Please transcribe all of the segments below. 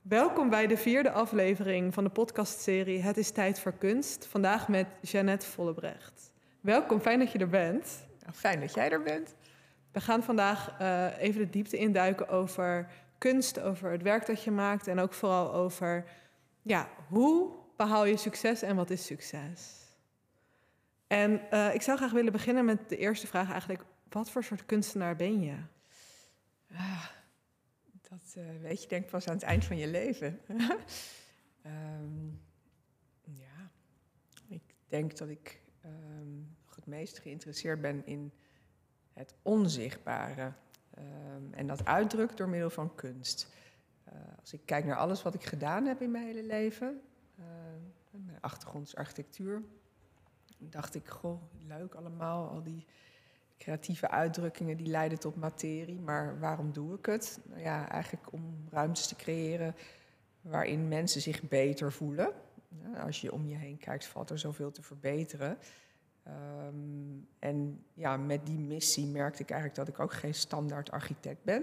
Welkom bij de 4e aflevering van de podcastserie Het is tijd voor kunst. Vandaag met Jeannette Vollebrecht. Welkom, fijn dat je er bent. Nou, fijn dat jij er bent. We gaan vandaag even de diepte induiken over kunst, over het werk dat je maakt en ook vooral over hoe behaal je succes en wat is succes. En ik zou graag willen beginnen met de eerste vraag eigenlijk. Wat voor soort kunstenaar ben je? Dat weet je denk ik pas aan het eind van je leven. Ik denk dat ik het meest geïnteresseerd ben in het onzichtbare. En dat uitdruk door middel van kunst. Als ik kijk naar alles wat ik gedaan heb in mijn hele leven. Mijn achtergrond is architectuur. Dacht ik, goh, leuk allemaal, al die creatieve uitdrukkingen die leiden tot materie. Maar waarom doe ik het? Nou ja, eigenlijk om ruimtes te creëren waarin mensen zich beter voelen. Als je om je heen kijkt, valt er zoveel te verbeteren. En ja, met die missie merkte ik eigenlijk dat ik ook geen standaard architect ben.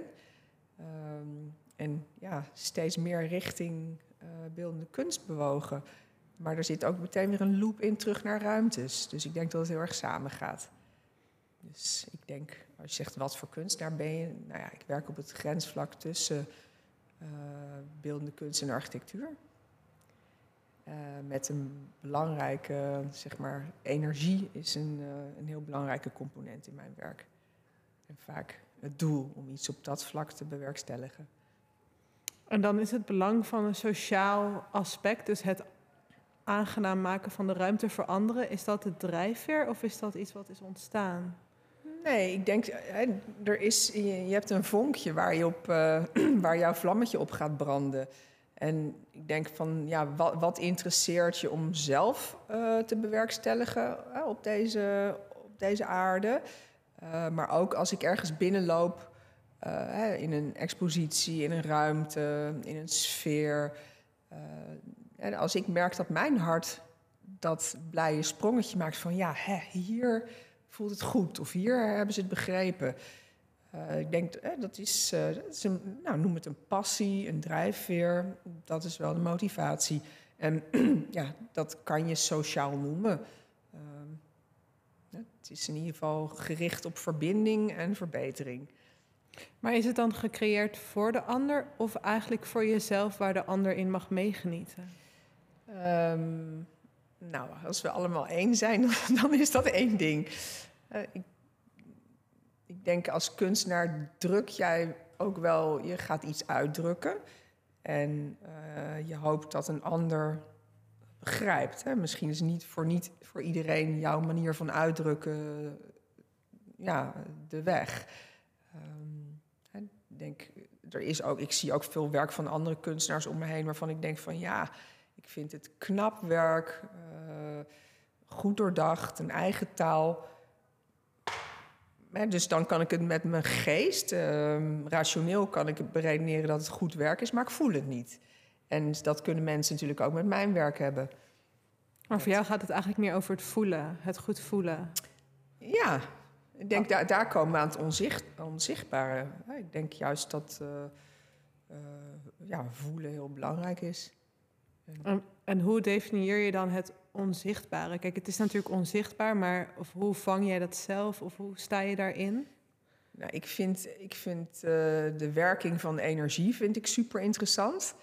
En ja, steeds meer richting beeldende kunst bewogen. Maar er zit ook meteen weer een loop in terug naar ruimtes. Dus ik denk dat het heel erg samengaat. Dus ik denk, als je zegt wat voor kunstenaar ben je... Nou ja, ik werk op het grensvlak tussen beeldende kunst en architectuur. Met een belangrijke, zeg maar, energie is een heel belangrijke component in mijn werk. En vaak het doel om iets op dat vlak te bewerkstelligen. En dan is het belang van een sociaal aspect, dus het aangenaam maken van de ruimte voor anderen. Is dat de drijfveer of is dat iets wat is ontstaan? Nee, ik denk, je hebt een vonkje waar jouw vlammetje op gaat branden. En ik denk van, ja, wat interesseert je om zelf te bewerkstelligen op deze aarde? Maar ook als ik ergens binnenloop, in een expositie, in een ruimte, in een sfeer. En als ik merk dat mijn hart dat blije sprongetje maakt van, ja, hier voelt het goed of hier hebben ze het begrepen. Ik denk, dat is een, noem het een passie, een drijfveer. Dat is wel de motivatie. En ja, dat kan je sociaal noemen. Het is in ieder geval gericht op verbinding en verbetering. Maar is het dan gecreëerd voor de ander of eigenlijk voor jezelf waar de ander in mag meegenieten? Nou, als we allemaal één zijn, dan is dat één ding. Ik denk als kunstenaar druk jij ook wel, je gaat iets uitdrukken. En je hoopt dat een ander begrijpt. Hè? Misschien is niet voor iedereen jouw manier van uitdrukken de weg. Ik zie ook veel werk van andere kunstenaars om me heen waarvan ik denk van ja, ik vind het knap werk, goed doordacht, een eigen taal. Dus dan kan ik het met mijn geest, rationeel kan ik beredeneren dat het goed werk is, maar ik voel het niet. En dat kunnen mensen natuurlijk ook met mijn werk hebben. Maar voor jou gaat het eigenlijk meer over het voelen, het goed voelen. Ja, ik denk daar komen we aan het onzichtbare. Ik denk juist dat voelen heel belangrijk is. En hoe definieer je dan het onzichtbare? Kijk, het is natuurlijk onzichtbaar, maar hoe vang jij dat zelf of hoe sta je daarin? Nou, ik vind de werking van energie vind ik super interessant.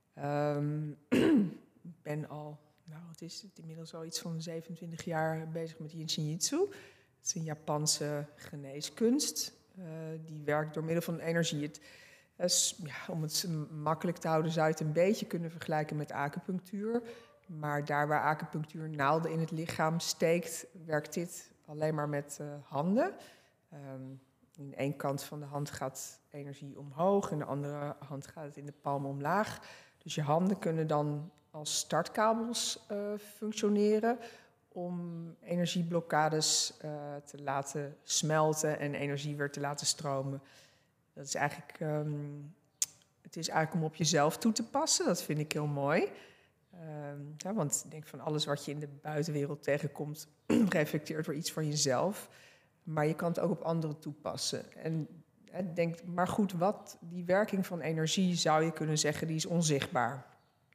Ik ben al, het is inmiddels al iets van 27 jaar bezig met Yin Shin Jitsu. Het is een Japanse geneeskunst. Die werkt door middel van energie. Om het makkelijk te houden zou je het een beetje kunnen vergelijken met acupunctuur. Maar daar waar acupunctuur naalden in het lichaam steekt, werkt dit alleen maar met handen. In de ene kant van de hand gaat energie omhoog, in de andere hand gaat het in de palm omlaag. Dus je handen kunnen dan als startkabels functioneren om energieblokkades te laten smelten en energie weer te laten stromen. Dat is eigenlijk, het is eigenlijk om op jezelf toe te passen. Dat vind ik heel mooi. Want ik denk van alles wat je in de buitenwereld tegenkomt, reflecteert weer iets van jezelf. Maar je kan het ook op anderen toepassen. En maar goed, die werking van energie zou je kunnen zeggen, die is onzichtbaar.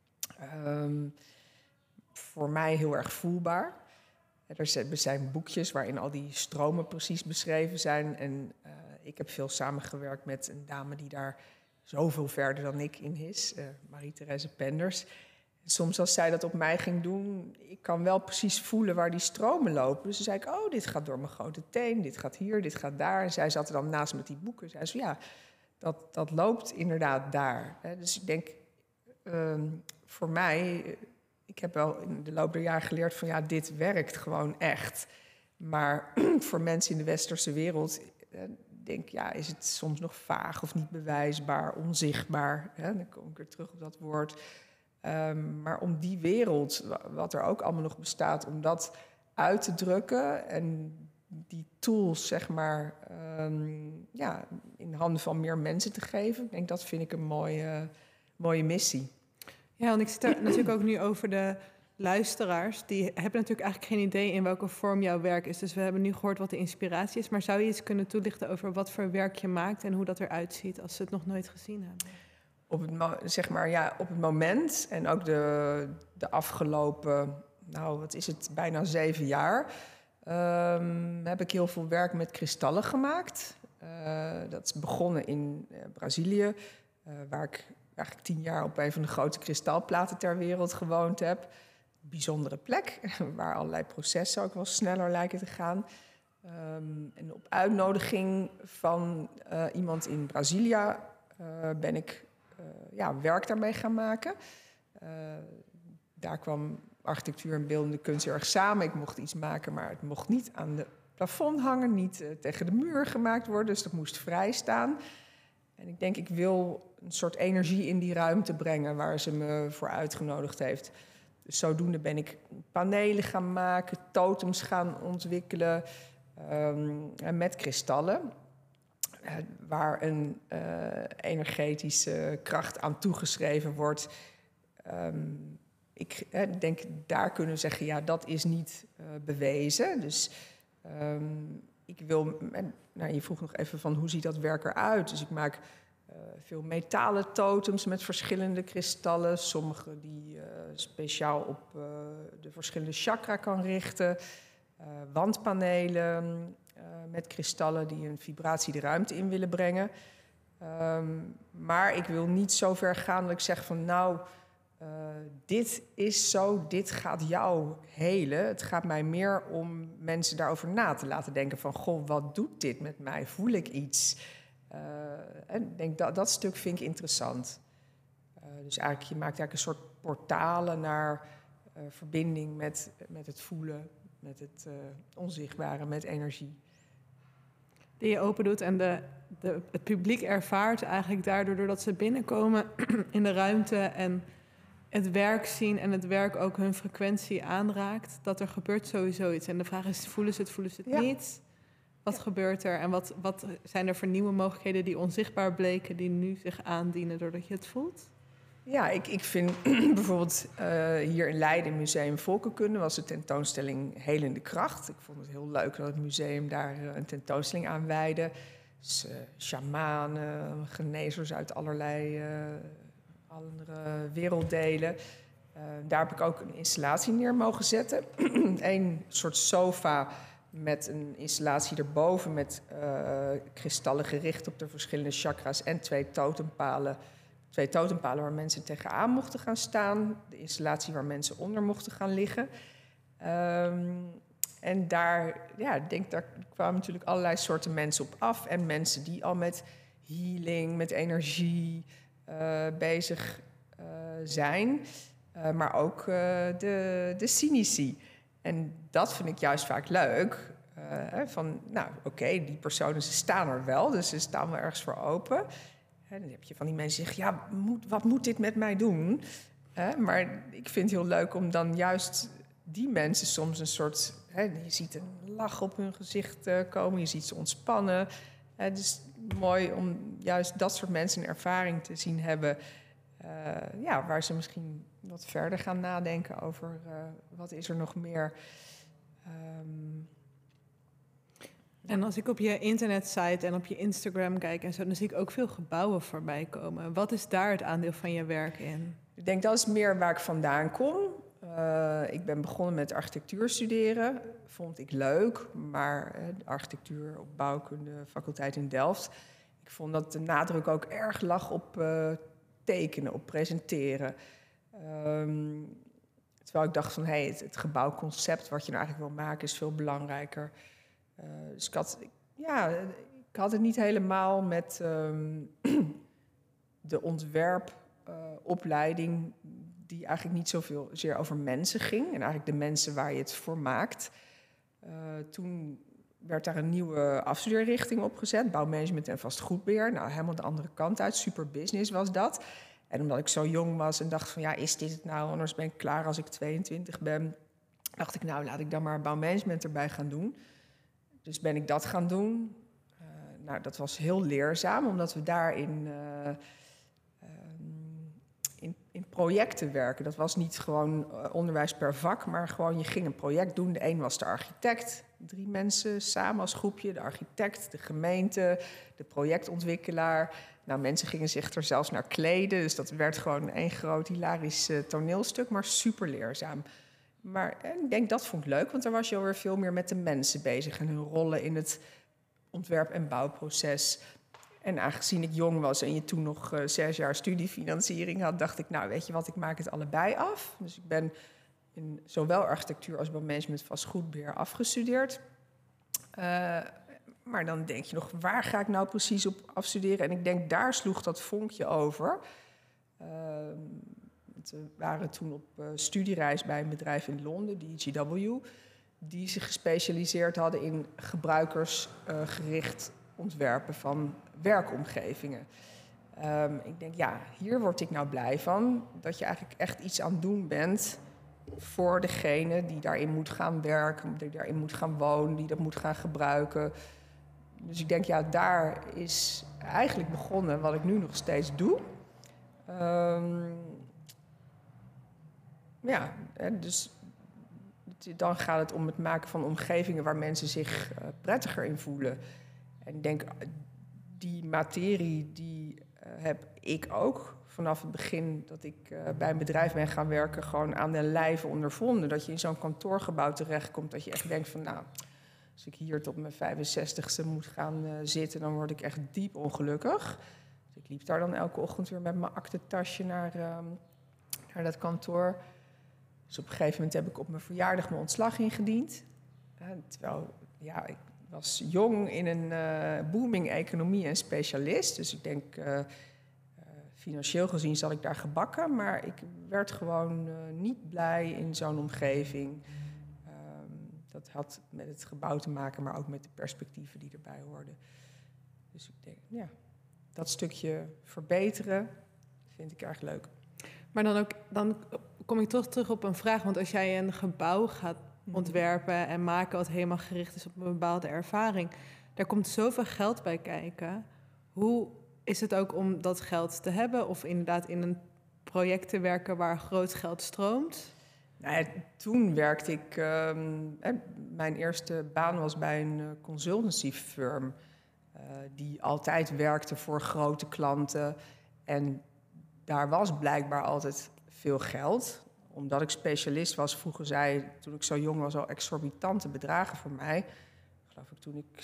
Voor mij heel erg voelbaar. Er zijn boekjes waarin al die stromen precies beschreven zijn. En ik heb veel samengewerkt met een dame die daar zoveel verder dan ik in is. Marie-Thérèse Penders. En soms als zij dat op mij ging doen, ik kan wel precies voelen waar die stromen lopen. Dus dan zei ik, dit gaat door mijn grote teen, dit gaat hier, dit gaat daar. En zij zat er dan naast met die boeken. Zij zei, dat loopt inderdaad daar. Dus ik denk, voor mij, ik heb wel in de loop der jaren geleerd van dit werkt gewoon echt. Maar voor mensen in de westerse wereld, denk is het soms nog vaag of niet bewijsbaar, onzichtbaar. Dan kom ik weer terug op dat woord. Maar om die wereld, wat er ook allemaal nog bestaat, om dat uit te drukken en die tools, zeg maar, in handen van meer mensen te geven. Ik denk, dat vind ik een mooie missie. Ja, want ik zit er natuurlijk ook nu over de luisteraars. Die hebben natuurlijk eigenlijk geen idee in welke vorm jouw werk is. Dus we hebben nu gehoord wat de inspiratie is. Maar zou je iets kunnen toelichten over wat voor werk je maakt en hoe dat eruit ziet als ze het nog nooit gezien hebben? Op het moment en ook de afgelopen, bijna 7 jaar, heb ik heel veel werk met kristallen gemaakt. Dat is begonnen in Brazilië, waar ik eigenlijk 10 jaar op een van de grote kristalplaten ter wereld gewoond heb. Bijzondere plek, waar allerlei processen ook wel sneller lijken te gaan. En op uitnodiging van iemand in Brazilië ben ik werk daarmee gaan maken. Daar kwam architectuur en beeldende kunst heel erg samen. Ik mocht iets maken, maar het mocht niet aan de plafond hangen, niet tegen de muur gemaakt worden, dus dat moest vrij staan. En ik denk, ik wil een soort energie in die ruimte brengen waar ze me voor uitgenodigd heeft. Dus zodoende ben ik panelen gaan maken, totems gaan ontwikkelen met kristallen. Waar een energetische kracht aan toegeschreven wordt. Ik denk, daar kunnen we zeggen, dat is niet bewezen. Dus ik wil... je vroeg nog even van, hoe ziet dat werk eruit? Dus ik maak veel metalen totems met verschillende kristallen. Sommige die speciaal op de verschillende chakra kan richten. Wandpanelen met kristallen die een vibratie de ruimte in willen brengen. Maar ik wil niet zo ver gaan dat ik zeg van dit is zo, dit gaat jou helen. Het gaat mij meer om mensen daarover na te laten denken van, goh, wat doet dit met mij? Voel ik iets? En ik denk dat stuk vind ik interessant. Dus eigenlijk, je maakt eigenlijk een soort portalen naar verbinding met het voelen, met het onzichtbare, met energie. Die je open doet en het publiek ervaart eigenlijk daardoor, doordat ze binnenkomen in de ruimte en het werk zien en het werk ook hun frequentie aanraakt, dat er gebeurt sowieso iets. En de vraag is, voelen ze het niet? Wat gebeurt er en wat zijn er voor nieuwe mogelijkheden die onzichtbaar bleken, die nu zich aandienen doordat je het voelt? Ja, ik vind bijvoorbeeld hier in Leiden, Museum Volkenkunde, was de tentoonstelling Helende Kracht. Ik vond het heel leuk dat het museum daar een tentoonstelling aan wijdde. Dus shamanen, genezers uit allerlei andere werelddelen. Daar heb ik ook een installatie neer mogen zetten. Een soort sofa met een installatie erboven met kristallen gericht op de verschillende chakra's en 2 totempalen. 2 totempalen waar mensen tegenaan mochten gaan staan. De installatie waar mensen onder mochten gaan liggen. En daar kwamen natuurlijk allerlei soorten mensen op af. En mensen die al met healing, met energie bezig zijn. Maar ook de cynici. En dat vind ik juist vaak leuk. Die personen, ze staan er wel. Dus ze staan wel ergens voor open. En dan heb je van die mensen die zeggen, wat moet dit met mij doen? Maar ik vind het heel leuk om dan juist die mensen soms een soort... je ziet een lach op hun gezicht komen, je ziet ze ontspannen. Het is mooi om juist dat soort mensen een ervaring te zien hebben... waar ze misschien wat verder gaan nadenken over wat is er nog meer... En als ik op je internetsite en op je Instagram kijk en zo, dan zie ik ook veel gebouwen voorbij komen. Wat is daar het aandeel van je werk in? Ik denk dat is meer waar ik vandaan kom. Ik ben begonnen met architectuur studeren. Vond ik leuk, maar de architectuur op bouwkunde faculteit in Delft. Ik vond dat de nadruk ook erg lag op tekenen, op presenteren. Terwijl ik dacht van, het gebouwconcept wat je nou eigenlijk wil maken is veel belangrijker. Dus ik had het niet helemaal met de ontwerpopleiding die eigenlijk niet zozeer over mensen ging. En eigenlijk de mensen waar je het voor maakt. Toen werd daar een nieuwe afstudeerrichting opgezet. Bouwmanagement en vastgoedbeheer. Nou, helemaal de andere kant uit. Super business was dat. En omdat ik zo jong was en dacht van, is dit het nou? Anders ben ik klaar als ik 22 ben. Dacht ik, nou, laat ik dan maar bouwmanagement erbij gaan doen. Dus ben ik dat gaan doen. Dat was heel leerzaam, omdat we daarin in projecten werken. Dat was niet gewoon onderwijs per vak, maar gewoon je ging een project doen. De een was de architect, 3 mensen samen als groepje. De architect, de gemeente, de projectontwikkelaar. Nou, mensen gingen zich er zelfs naar kleden. Dus dat werd gewoon één groot hilarisch toneelstuk, maar super leerzaam. Maar ik denk, dat vond ik leuk, want daar was je alweer veel meer met de mensen bezig en hun rollen in het ontwerp- en bouwproces. En aangezien ik jong was en je toen nog 6 jaar studiefinanciering had, dacht ik, nou, weet je wat, ik maak het allebei af. Dus ik ben in zowel architectuur als bouwmanagement vastgoedbeheer afgestudeerd. Maar dan denk je nog, waar ga ik nou precies op afstuderen? En ik denk, daar sloeg dat vonkje over. We waren toen op studiereis bij een bedrijf in Londen, DGW, die zich gespecialiseerd hadden in gebruikersgericht ontwerpen van werkomgevingen. Ik denk, hier word ik nou blij van. Dat je eigenlijk echt iets aan het doen bent voor degene die daarin moet gaan werken, die daarin moet gaan wonen, die dat moet gaan gebruiken. Dus ik denk, daar is eigenlijk begonnen wat ik nu nog steeds doe. Dus dan gaat het om het maken van omgevingen waar mensen zich prettiger in voelen. En ik denk, die materie die heb ik ook vanaf het begin dat ik bij een bedrijf ben gaan werken, gewoon aan de lijve ondervonden. Dat je in zo'n kantoorgebouw terechtkomt, dat je echt denkt van, nou, als ik hier tot mijn 65ste moet gaan zitten, dan word ik echt diep ongelukkig. Dus ik liep daar dan elke ochtend weer met mijn aktentasje naar dat kantoor. Dus op een gegeven moment heb ik op mijn verjaardag mijn ontslag ingediend. Terwijl, ik was jong in een booming economie en specialist. Dus ik denk, financieel gezien zat ik daar gebakken. Maar ik werd gewoon niet blij in zo'n omgeving. Dat had met het gebouw te maken, maar ook met de perspectieven die erbij hoorden. Dus ik denk, dat stukje verbeteren vind ik erg leuk. Maar dan kom ik toch terug op een vraag. Want als jij een gebouw gaat ontwerpen en maken wat helemaal gericht is op een bepaalde ervaring, daar komt zoveel geld bij kijken. Hoe is het ook om dat geld te hebben of inderdaad in een project te werken waar groot geld stroomt? Nou, toen werkte ik, mijn eerste baan was bij een consultancy firm die altijd werkte voor grote klanten. En daar was blijkbaar altijd veel geld. Omdat ik specialist was, vroegen zij, toen ik zo jong was, al exorbitante bedragen voor mij. Geloof ik, toen ik,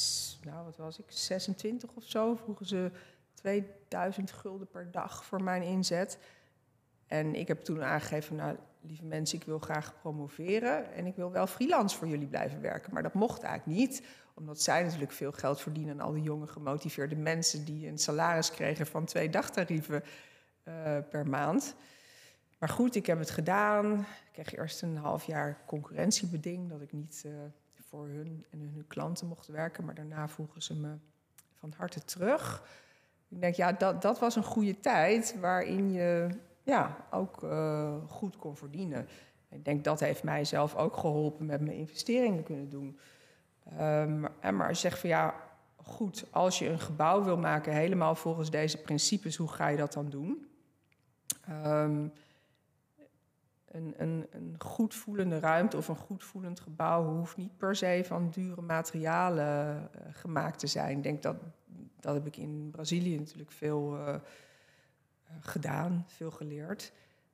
26 of zo, vroegen ze 2000 gulden per dag voor mijn inzet. En ik heb toen aangegeven, nou, lieve mensen, ik wil graag promoveren en ik wil wel freelance voor jullie blijven werken. Maar dat mocht eigenlijk niet, omdat zij natuurlijk veel geld verdienen aan al die jonge gemotiveerde mensen die een salaris kregen van 2 dagtarieven per maand. Maar goed, ik heb het gedaan. Ik kreeg eerst een half jaar concurrentiebeding, dat ik niet voor hun en hun klanten mocht werken. Maar daarna vroegen ze me van harte terug. Ik denk, dat was een goede tijd waarin je ook goed kon verdienen. Ik denk, dat heeft mij zelf ook geholpen met mijn investeringen kunnen doen. Maar als je zegt van goed, als je een gebouw wil maken helemaal volgens deze principes, hoe ga je dat dan doen? een goed voelende ruimte of een goed voelend gebouw hoeft niet per se van dure materialen gemaakt te zijn. Ik denk dat heb ik in Brazilië natuurlijk veel gedaan, veel geleerd.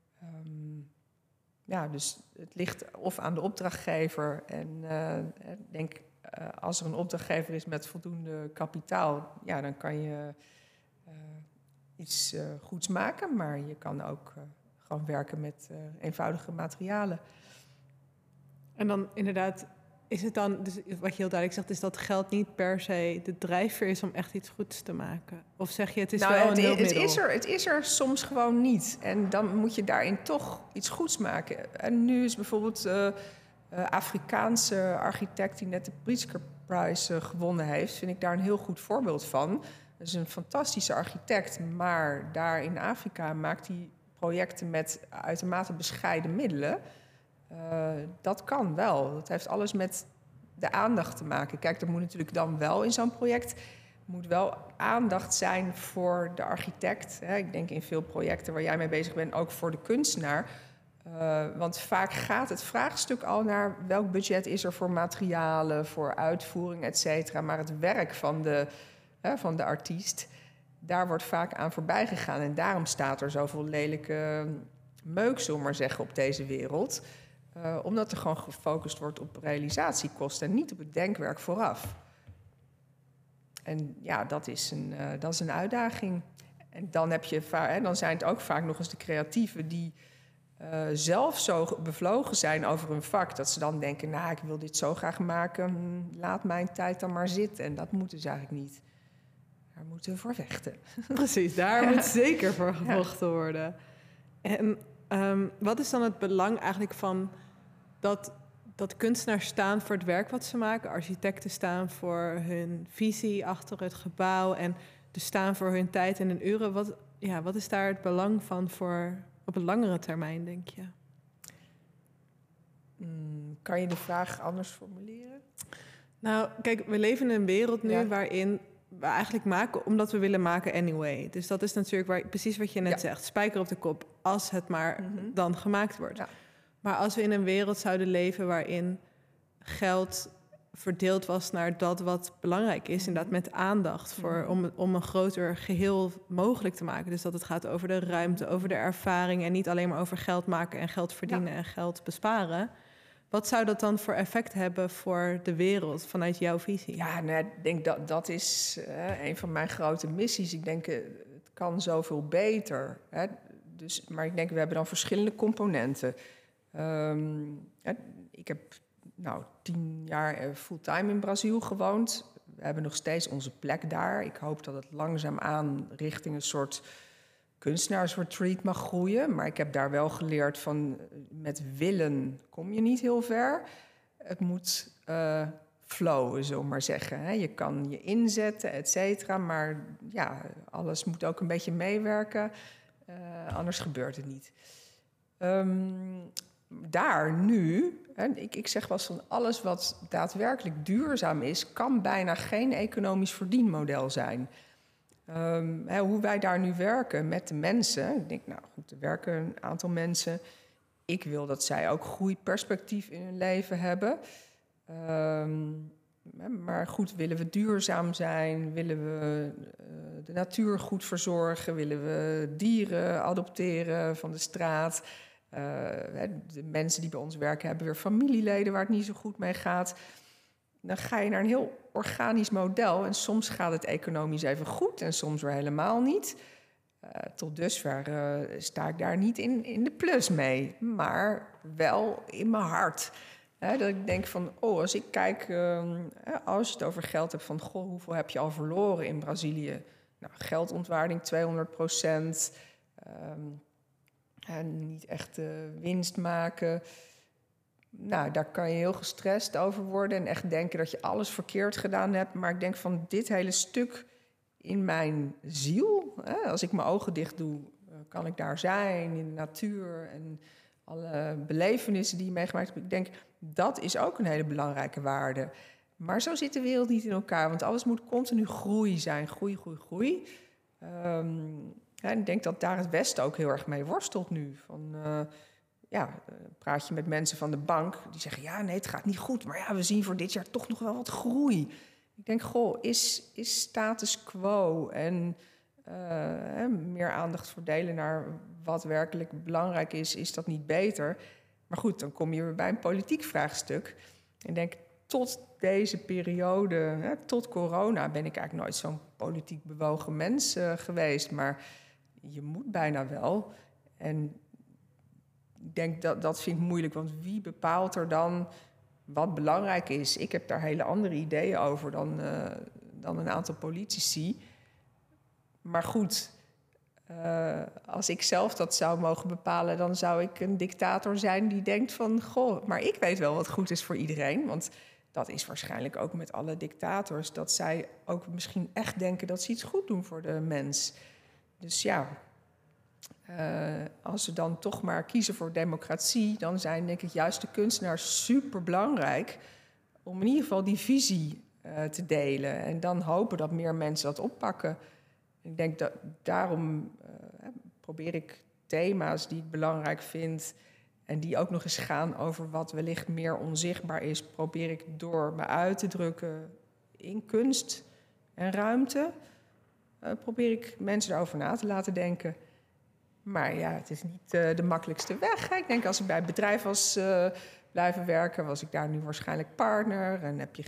Dus het ligt of aan de opdrachtgever. En ik denk, als er een opdrachtgever is met voldoende kapitaal, dan kan je iets goeds maken. Maar je kan ook gewoon werken met eenvoudige materialen. En dan inderdaad, is het dan, dus wat je heel duidelijk zegt, is dat geld niet per se de drijfveer is om echt iets goeds te maken? Of zeg je, het is wel een hulpmiddel? Het is er soms gewoon niet. En dan moet je daarin toch iets goeds maken. En nu is bijvoorbeeld Afrikaanse architect die net de Pritzker Prize gewonnen heeft, vind ik daar een heel goed voorbeeld van. Dat is een fantastische architect, maar daar in Afrika maakt hij projecten met uitermate bescheiden middelen. Dat kan wel. Dat heeft alles met de aandacht te maken. Kijk, er moet natuurlijk dan wel in zo'n project moet wel aandacht zijn voor de architect. Ik denk in veel projecten waar jij mee bezig bent, ook voor de kunstenaar. Want vaak gaat het vraagstuk al naar welk budget is er voor materialen, voor uitvoering, et cetera. Maar het werk van de artiest, daar wordt vaak aan voorbij gegaan. En daarom staat er zoveel lelijke meuk, zullen we maar zeggen, op deze wereld. Omdat er gewoon gefocust wordt op realisatiekosten en niet op het denkwerk vooraf. En ja, dat is een uitdaging. En dan zijn het ook vaak nog eens de creatieven die zelf zo bevlogen zijn over hun vak, dat ze dan denken, ik wil dit zo graag maken, laat mijn tijd dan maar zitten. En dat moeten ze eigenlijk niet. Daar moeten we voor vechten. Precies, daar moet zeker voor gevochten worden. En wat is dan het belang eigenlijk van dat kunstenaars staan voor het werk wat ze maken, architecten staan voor hun visie achter het gebouw en dus staan voor hun tijd en hun uren. Wat is daar het belang van voor op een langere termijn, denk je? Kan je de vraag anders formuleren? Nou, kijk, we leven in een wereld nu waarin we eigenlijk maken omdat we willen maken anyway. Dus dat is natuurlijk precies wat je net zegt. Spijker op de kop, als het maar dan gemaakt wordt. Ja. Maar als we in een wereld zouden leven waarin geld verdeeld was naar dat wat belangrijk is, inderdaad met aandacht om een groter geheel mogelijk te maken. Dus dat het gaat over de ruimte, over de ervaring en niet alleen maar over geld maken en geld verdienen en geld besparen. Wat zou dat dan voor effect hebben voor de wereld vanuit jouw visie? Ja, ik denk dat is een van mijn grote missies. Ik denk, het kan zoveel beter. Maar ik denk, we hebben dan verschillende componenten. Ik heb 10 jaar fulltime in Brazil gewoond. We hebben nog steeds onze plek daar. Ik hoop dat het langzaamaan richting een soort kunstenaarsretreat mag groeien. Maar ik heb daar wel geleerd van met willen kom je niet heel ver. Het moet flowen, zullen we maar zeggen. Je kan je inzetten, et cetera. Maar ja, alles moet ook een beetje meewerken. Anders gebeurt het niet. Daar nu, ik zeg wel eens van alles wat daadwerkelijk duurzaam is, kan bijna geen economisch verdienmodel zijn. Hoe wij daar nu werken met de mensen. Ik denk, er werken een aantal mensen. Ik wil dat zij ook groeiperspectief in hun leven hebben. Maar goed, willen we duurzaam zijn? Willen we de natuur goed verzorgen? Willen we dieren adopteren van de straat? De mensen die bij ons werken hebben weer familieleden waar het niet zo goed mee gaat. Dan ga je naar een heel organisch model. En soms gaat het economisch even goed en soms weer helemaal niet. Tot dusver sta ik daar niet in de plus mee. Maar wel in mijn hart. Dat ik denk van, als ik kijk, als je het over geld hebt, van hoeveel heb je al verloren in Brazilië? Geldontwaarding 200%. En niet echt winst maken. Daar kan je heel gestrest over worden en echt denken dat je alles verkeerd gedaan hebt. Maar ik denk van dit hele stuk in mijn ziel, als ik mijn ogen dicht doe, kan ik daar zijn in de natuur en alle belevenissen die je meegemaakt hebt. Ik denk, dat is ook een hele belangrijke waarde. Maar zo zit de wereld niet in elkaar, want alles moet continu groei zijn. Groei. En ik denk dat daar het Westen ook heel erg mee worstelt nu. praat je met mensen van de bank. Die zeggen, ja, nee, het gaat niet goed. Maar ja, we zien voor dit jaar toch nog wel wat groei. Ik denk, is status quo en meer aandacht verdelen naar wat werkelijk belangrijk is dat niet beter? Maar goed, dan kom je weer bij een politiek vraagstuk. Ik denk, tot deze periode, tot corona, ben ik eigenlijk nooit zo'n politiek bewogen mens geweest. Maar je moet bijna wel. En ik denk dat vind ik moeilijk, want wie bepaalt er dan wat belangrijk is? Ik heb daar hele andere ideeën over dan een aantal politici. Maar goed, als ik zelf dat zou mogen bepalen, dan zou ik een dictator zijn die denkt van, goh, maar ik weet wel wat goed is voor iedereen. Want dat is waarschijnlijk ook met alle dictators, dat zij ook misschien echt denken dat ze iets goed doen voor de mens. Dus ja, als we dan toch maar kiezen voor democratie, dan zijn denk ik juist de kunstenaars superbelangrijk om in ieder geval die visie te delen. En dan hopen dat meer mensen dat oppakken. Ik denk dat daarom probeer ik thema's die ik belangrijk vind en die ook nog eens gaan over wat wellicht meer onzichtbaar is, probeer ik door me uit te drukken in kunst en ruimte. Probeer ik mensen daarover na te laten denken. Maar ja, het is niet de makkelijkste weg. Hè? Ik denk als ik bij het bedrijf was blijven werken, was ik daar nu waarschijnlijk partner. En heb je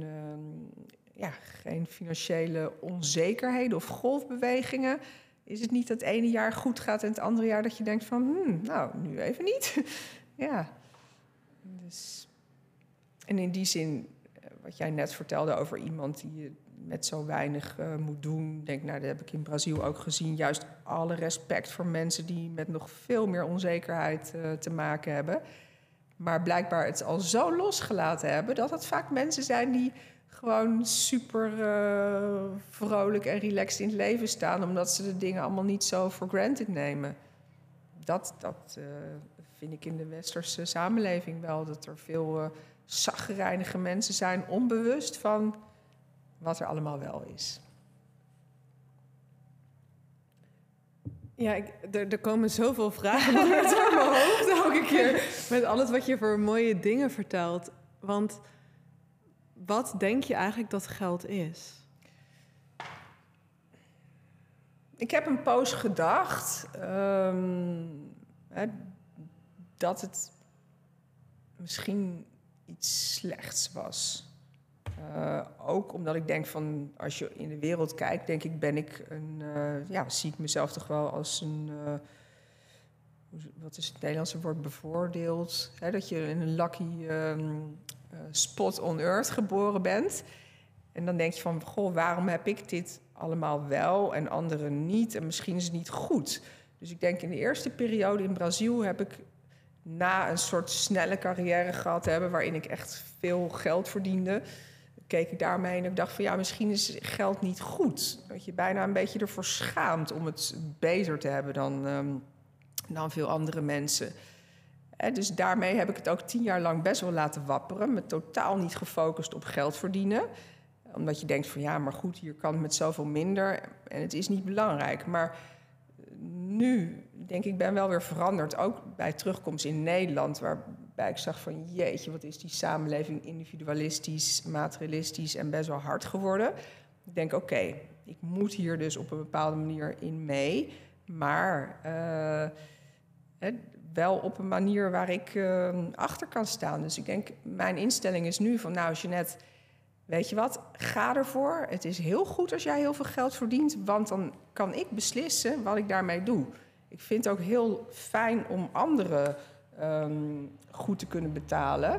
geen financiële onzekerheden of golfbewegingen. Is het niet dat het ene jaar goed gaat en het andere jaar dat je denkt van, nou, nu even niet. Ja. Dus. En in die zin, wat jij net vertelde over iemand die je met zo weinig moet doen. Ik denk, nou, dat heb ik in Brazil ook gezien. Juist alle respect voor mensen die met nog veel meer onzekerheid te maken hebben. Maar blijkbaar het al zo losgelaten hebben dat het vaak mensen zijn die gewoon super vrolijk en relaxed in het leven staan, omdat ze de dingen allemaal niet zo for granted nemen. Dat vind ik in de westerse samenleving wel, dat er veel chagrijnige mensen zijn, onbewust van wat er allemaal wel is. Ja, er komen zoveel vragen door mijn hoofd elke keer met alles wat je voor mooie dingen vertelt. Want wat denk je eigenlijk dat geld is? Ik heb een poos gedacht dat het misschien iets slechts was. Ook omdat ik denk van, als je in de wereld kijkt, denk ik, zie ik mezelf toch wel als een, wat is het Nederlandse woord, bevoordeeld. Hè, dat je in een lucky spot on earth geboren bent. En dan denk je van, goh, waarom heb ik dit allemaal wel en anderen niet? En misschien is het niet goed. Dus ik denk in de eerste periode in Brazil heb ik na een soort snelle carrière gehad hebben, waarin ik echt veel geld verdiende, keek ik daarmee en ik dacht van, ja, misschien is geld niet goed. Dat je bijna een beetje ervoor schaamt om het beter te hebben dan veel andere mensen. Dus daarmee heb ik het ook 10 jaar lang best wel laten wapperen, me totaal niet gefocust op geld verdienen. Omdat je denkt van, ja, maar goed, hier kan het met zoveel minder en het is niet belangrijk. Maar nu, denk ik, ben wel weer veranderd. Ook bij terugkomst in Nederland, waarbij ik zag van, jeetje, wat is die samenleving individualistisch, materialistisch en best wel hard geworden. Ik denk, oké, ik moet hier dus op een bepaalde manier in mee. Maar wel op een manier waar ik achter kan staan. Dus ik denk, mijn instelling is nu van, nou, Jeanette, weet je wat, ga ervoor. Het is heel goed als jij heel veel geld verdient, want dan kan ik beslissen wat ik daarmee doe. Ik vind het ook heel fijn om anderen goed te kunnen betalen.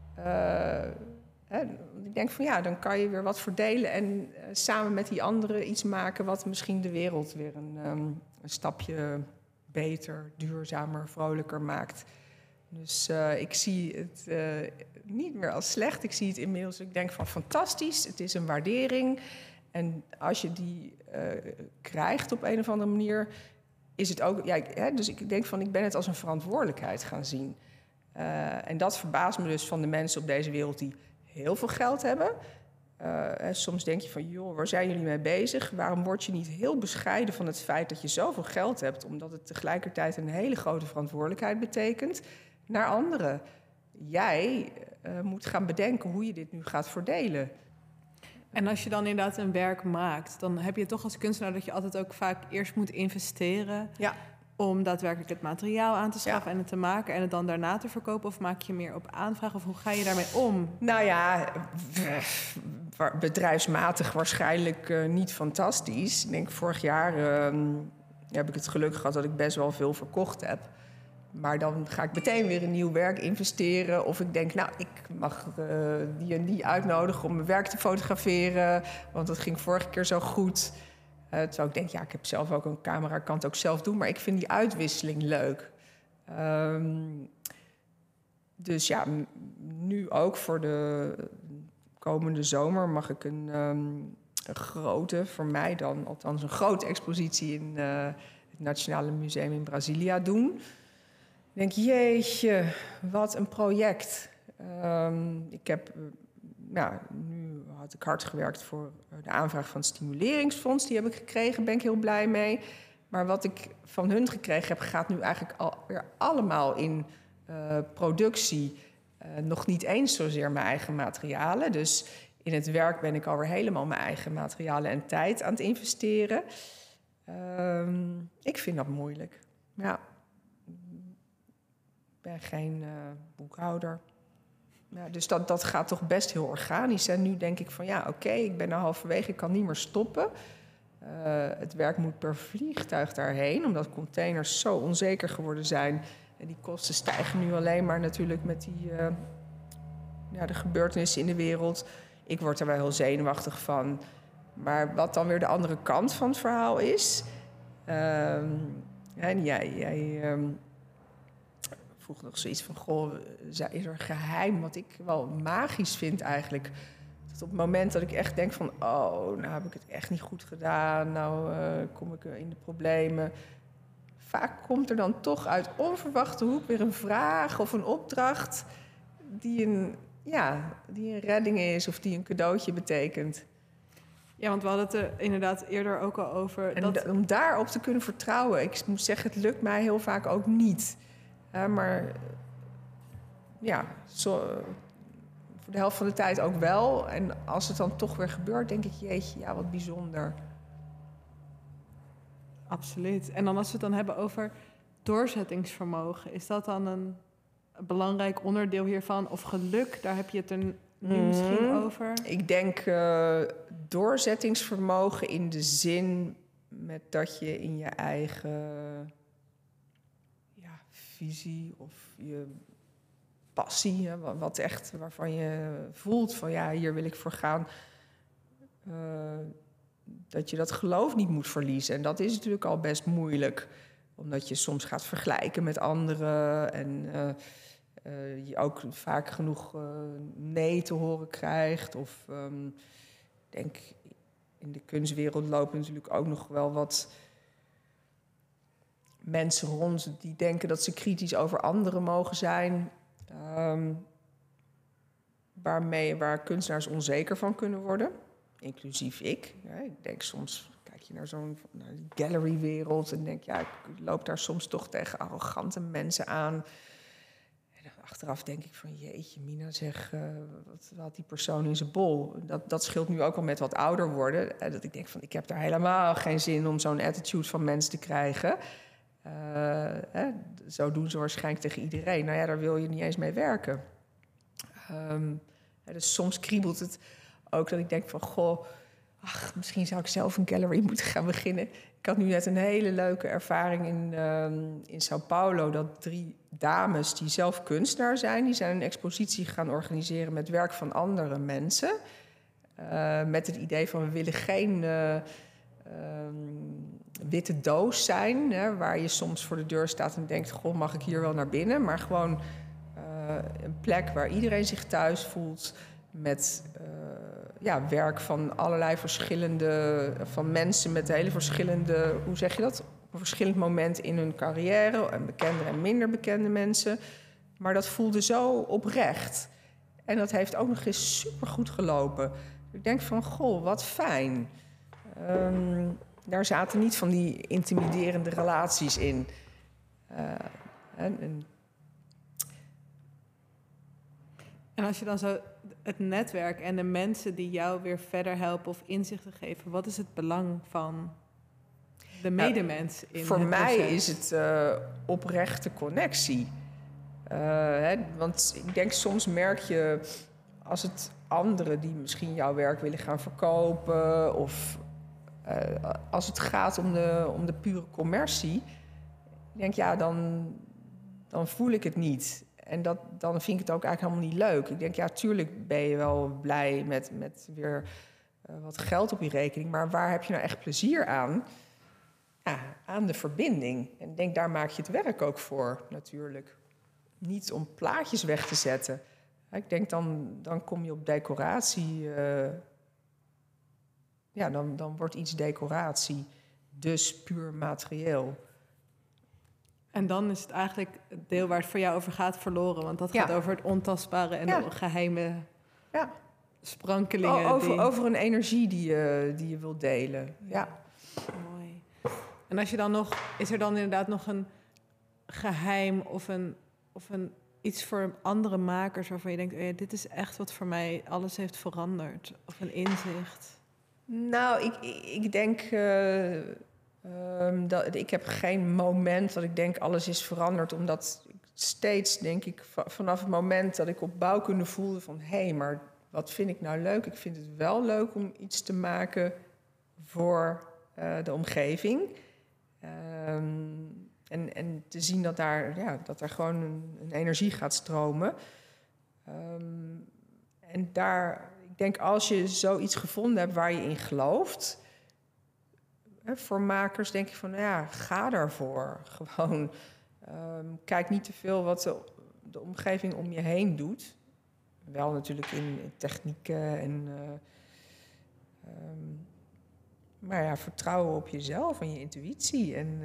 Ik denk van, ja, dan kan je weer wat verdelen en samen met die anderen iets maken wat misschien de wereld weer een stapje beter, duurzamer, vrolijker maakt. Dus ik zie het niet meer als slecht. Ik zie het inmiddels, ik denk van, fantastisch. Het is een waardering. En als je die krijgt op een of andere manier, is het ook, ja, dus ik denk van, ik ben het als een verantwoordelijkheid gaan zien. En dat verbaast me dus van de mensen op deze wereld die heel veel geld hebben. Soms denk je van, joh, waar zijn jullie mee bezig? Waarom word je niet heel bescheiden van het feit dat je zoveel geld hebt, omdat het tegelijkertijd een hele grote verantwoordelijkheid betekent naar anderen? Jij moet gaan bedenken hoe je dit nu gaat verdelen. En als je dan inderdaad een werk maakt, dan heb je toch als kunstenaar dat je altijd ook vaak eerst moet investeren. Ja. Om daadwerkelijk het materiaal aan te schaffen en het te maken en het dan daarna te verkopen? Of maak je meer op aanvraag? Of hoe ga je daarmee om? Nou ja, bedrijfsmatig waarschijnlijk niet fantastisch. Ik denk, vorig jaar heb ik het geluk gehad dat ik best wel veel verkocht heb. Maar dan ga ik meteen weer in nieuw werk investeren. Of ik denk, nou, ik mag die en die uitnodigen om mijn werk te fotograferen. Want dat ging vorige keer zo goed. Terwijl ik denk, ja, ik heb zelf ook een camera, ik kan het ook zelf doen. Maar ik vind die uitwisseling leuk. Dus ja, nu ook voor de komende zomer mag ik een grote, voor mij dan althans een grote expositie in het Nationale Museum in Brasilia doen. Ik denk, jeetje, wat een project. Ik heb, nu had ik hard gewerkt voor de aanvraag van het Stimuleringsfonds. Die heb ik gekregen, ben ik heel blij mee. Maar wat ik van hun gekregen heb, gaat nu eigenlijk alweer allemaal in productie. Nog niet eens zozeer mijn eigen materialen. Dus in het werk ben ik alweer helemaal mijn eigen materialen en tijd aan het investeren. Ik vind dat moeilijk. Ja. Ik ben geen boekhouder. Ja, dus dat gaat toch best heel organisch. En nu denk ik van ja, oké, ik ben halverwege, ik kan niet meer stoppen. Het werk moet per vliegtuig daarheen, omdat containers zo onzeker geworden zijn. En die kosten stijgen nu alleen maar natuurlijk met de gebeurtenissen in de wereld. Ik word er wel heel zenuwachtig van. Maar wat dan weer de andere kant van het verhaal is. En jij vroeg nog zoiets van, goh, is er een geheim wat ik wel magisch vind eigenlijk. Dat op het moment dat ik echt denk van, oh, nou heb ik het echt niet goed gedaan. Nou kom ik in de problemen. Vaak komt er dan toch uit onverwachte hoek weer een vraag of een opdracht die een redding is of die een cadeautje betekent. Ja, want we hadden het er inderdaad eerder ook al over. En om daarop te kunnen vertrouwen. Ik moet zeggen, het lukt mij heel vaak ook niet. Maar ja, voor de helft van de tijd ook wel. En als het dan toch weer gebeurt, denk ik, jeetje, ja, wat bijzonder. Absoluut. En dan als we het dan hebben over doorzettingsvermogen, is dat dan een belangrijk onderdeel hiervan? Of geluk, daar heb je het er nu misschien over? Ik denk doorzettingsvermogen in de zin met dat je in je eigen visie of je passie, wat echt waarvan je voelt van ja, hier wil ik voor gaan, dat je dat geloof niet moet verliezen. En dat is natuurlijk al best moeilijk, omdat je soms gaat vergelijken met anderen en je ook vaak genoeg nee te horen krijgt. Of ik denk, in de kunstwereld lopen natuurlijk ook nog wel wat mensen rond die denken dat ze kritisch over anderen mogen zijn. Waar kunstenaars onzeker van kunnen worden. Inclusief ik. Ja, ik denk soms, kijk je naar naar die gallerywereld en denk, ja, ik loop daar soms toch tegen arrogante mensen aan. En dan achteraf denk ik van, jeetje, Mina, zeg, wat had die persoon in zijn bol? Dat scheelt nu ook al met wat ouder worden. Dat ik denk van, ik heb daar helemaal geen zin om zo'n attitude van mensen te krijgen. Zo doen ze waarschijnlijk tegen iedereen. Nou ja, daar wil je niet eens mee werken. Dus soms kriebelt het ook dat ik denk van, goh, misschien zou ik zelf een gallery moeten gaan beginnen. Ik had nu net een hele leuke ervaring in Sao Paulo, dat 3 dames die zelf kunstenaar zijn, die zijn een expositie gaan organiseren met werk van andere mensen. Met het idee van, we willen geen witte doos zijn, waar je soms voor de deur staat en denkt, goh, mag ik hier wel naar binnen? Maar gewoon een plek waar iedereen zich thuis voelt met werk van allerlei verschillende, van mensen met hele verschillende, hoe zeg je dat? Op een verschillend moment in hun carrière, en bekende en minder bekende mensen. Maar dat voelde zo oprecht. En dat heeft ook nog eens supergoed gelopen. Ik denk van, goh, wat fijn. Daar zaten niet van die intimiderende relaties in. En als je dan zo het netwerk en de mensen die jou weer verder helpen of inzichten geven, wat is het belang van de medemens in voor het mij proces? is het oprechte connectie. Want ik denk soms merk je als het anderen die misschien jouw werk willen gaan verkopen of als het gaat om de pure commercie, ik denk dan voel ik het niet. En dan vind ik het ook eigenlijk helemaal niet leuk. Ik denk, ja, tuurlijk ben je wel blij met weer wat geld op je rekening. Maar waar heb je nou echt plezier aan? Ja, aan de verbinding. En ik denk, daar maak je het werk ook voor, natuurlijk. Niet om plaatjes weg te zetten. Ik denk, dan kom je op decoratie. Dan wordt iets decoratie. Dus puur materieel. En dan is het eigenlijk het deel waar het voor jou over gaat verloren. Want dat gaat over het ontastbare en de geheime sprankelingen. Over een energie die je wilt delen. Ja. Mooi. En als je dan nog... Is er dan inderdaad nog een geheim of een iets voor andere makers waarvan je denkt, oh ja, dit is echt wat voor mij alles heeft veranderd? Of een inzicht? Nou, ik denk... dat ik heb geen moment dat ik denk alles is veranderd. Omdat ik steeds, denk ik, vanaf het moment dat ik op bouwkunde voelde van, hé, maar wat vind ik nou leuk? Ik vind het wel leuk om iets te maken voor de omgeving. En te zien dat daar gewoon een energie gaat stromen. En daar, ik denk, als je zoiets gevonden hebt waar je in gelooft, voor makers denk ik van, ga daarvoor. Gewoon, kijk niet te veel wat de omgeving om je heen doet. Wel natuurlijk in technieken en... maar ja, vertrouwen op jezelf en je intuïtie. En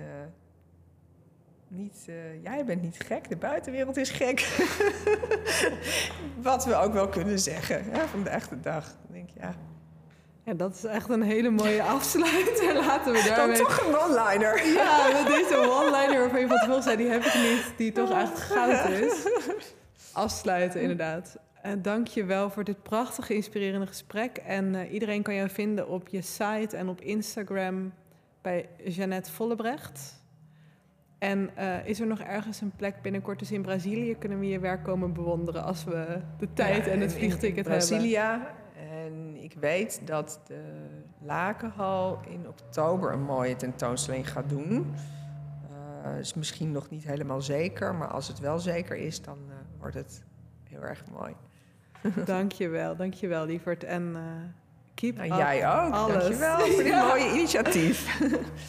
jij bent niet gek, de buitenwereld is gek. Wat we ook wel kunnen zeggen vandaag de dag. Ik denk, Ja, dat is echt een hele mooie afsluiter. Laten we daarmee... Dan toch een one-liner. Ja, met deze one-liner waarvan je van tevoren zei, die heb ik niet. Die toch echt goud is. Afsluiten, inderdaad. Dank je wel voor dit prachtige, inspirerende gesprek. En iedereen kan jou vinden op je site en op Instagram bij Jeannette Vollebrecht. En is er nog ergens een plek binnenkort, dus in Brazilië, kunnen we je werk komen bewonderen als we de tijd en het vliegticket hebben? Brasilia. En ik weet dat de Lakenhal in oktober een mooie tentoonstelling gaat doen. Is misschien nog niet helemaal zeker, maar als het wel zeker is, dan wordt het heel erg mooi. Dankjewel lieverd. En keep up Jij ook, alles. dankjewel voor dit mooie initiatief.